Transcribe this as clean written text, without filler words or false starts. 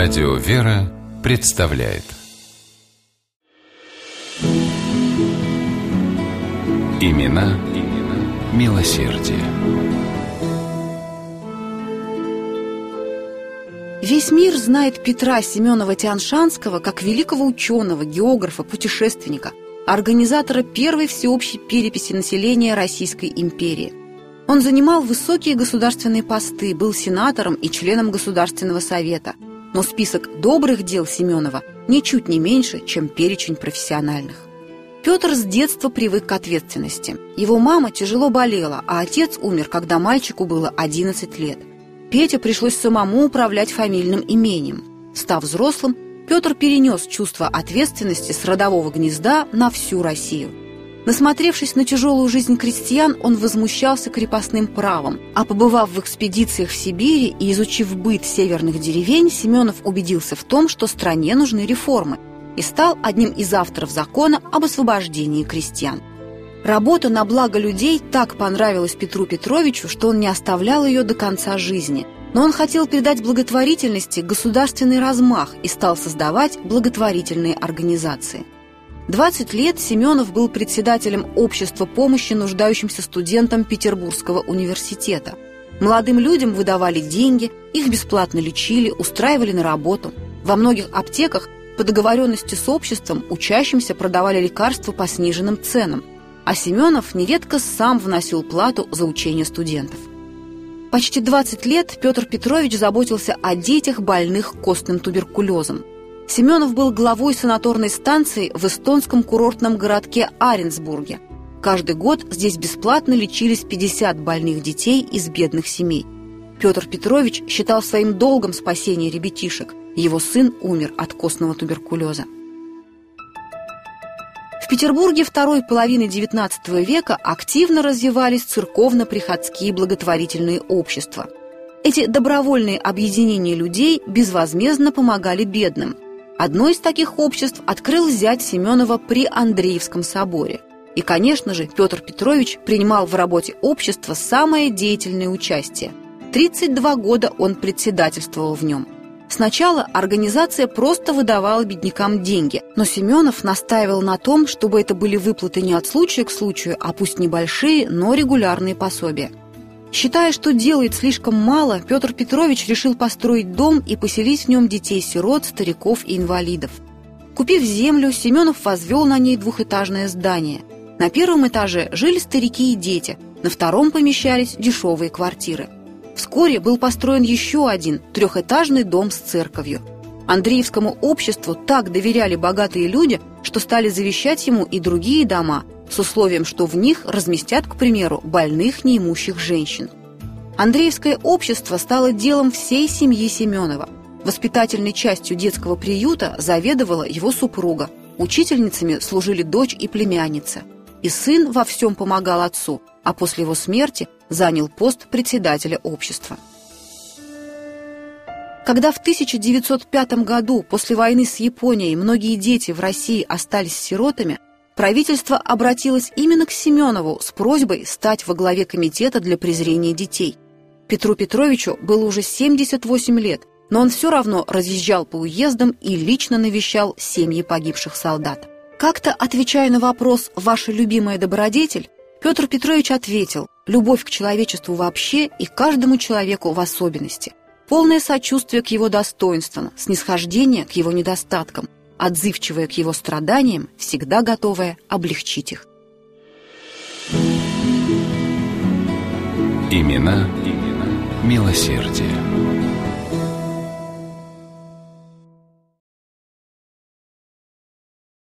Радио «Вера» представляет Имена милосердия. Весь мир знает Петра Семенова-Тианшанского как великого ученого, географа, путешественника, организатора первой всеобщей переписи населения Российской империи. Он занимал высокие государственные посты, был сенатором и членом Государственного совета. Но список добрых дел Семенова ничуть не меньше, чем перечень профессиональных. Петр с детства привык к ответственности. Его мама тяжело болела, а отец умер, когда мальчику было 11 лет. Пете пришлось самому управлять фамильным имением. Став взрослым, Петр перенес чувство ответственности с родового гнезда на всю Россию. Насмотревшись на тяжелую жизнь крестьян, он возмущался крепостным правом, а побывав в экспедициях в Сибири и изучив быт северных деревень, Семенов убедился в том, что стране нужны реформы, и стал одним из авторов закона об освобождении крестьян. Работа на благо людей так понравилась Петру Петровичу, что он не оставлял ее до конца жизни. Но он хотел придать благотворительности государственный размах и стал создавать благотворительные организации. 20 лет Семенов был председателем общества помощи нуждающимся студентам Петербургского университета. Молодым людям выдавали деньги, их бесплатно лечили, устраивали на работу. Во многих аптеках по договоренности с обществом учащимся продавали лекарства по сниженным ценам, а Семенов нередко сам вносил плату за учение студентов. Почти 20 лет Петр Петрович заботился о детях, больных костным туберкулезом. Семенов был главой санаторной станции в эстонском курортном городке Аренсбурге. Каждый год здесь бесплатно лечились 50 больных детей из бедных семей. Петр Петрович считал своим долгом спасение ребятишек. Его сын умер от костного туберкулеза. В Петербурге второй половины XIX века активно развивались церковно-приходские благотворительные общества. Эти добровольные объединения людей безвозмездно помогали бедным. Одно из таких обществ открыл зять Семенова при Андреевском соборе. И, конечно же, Петр Петрович принимал в работе общества самое деятельное участие. 32 года он председательствовал в нем. Сначала организация просто выдавала беднякам деньги, но Семенов настаивал на том, чтобы это были выплаты не от случая к случаю, а пусть небольшие, но регулярные пособия. Считая, что делает слишком мало, Петр Петрович решил построить дом и поселить в нем детей-сирот, стариков и инвалидов. Купив землю, Семенов возвел на ней двухэтажное здание. На первом этаже жили старики и дети, на втором помещались дешевые квартиры. Вскоре был построен еще один трехэтажный дом с церковью. Андреевскому обществу так доверяли богатые люди, что стали завещать ему и другие дома, с условием, что в них разместят, к примеру, больных неимущих женщин. Андреевское общество стало делом всей семьи Семенова. Воспитательной частью детского приюта заведовала его супруга, учительницами служили дочь и племянница. И сын во всем помогал отцу, а после его смерти занял пост председателя общества. Когда в 1905 году после войны с Японией многие дети в России остались сиротами, правительство обратилось именно к Семенову с просьбой стать во главе комитета для презрения детей. Петру Петровичу было уже 78 лет, но он все равно разъезжал по уездам и лично навещал семьи погибших солдат. Как-то, отвечая на вопрос «Ваша любимая добродетель?», Петр Петрович ответил: «Любовь к человечеству вообще и каждому человеку в особенности, полное сочувствие к его достоинствам, снисхождение к его недостаткам, отзывчивая к его страданиям, всегда готовая облегчить их». Имена милосердия.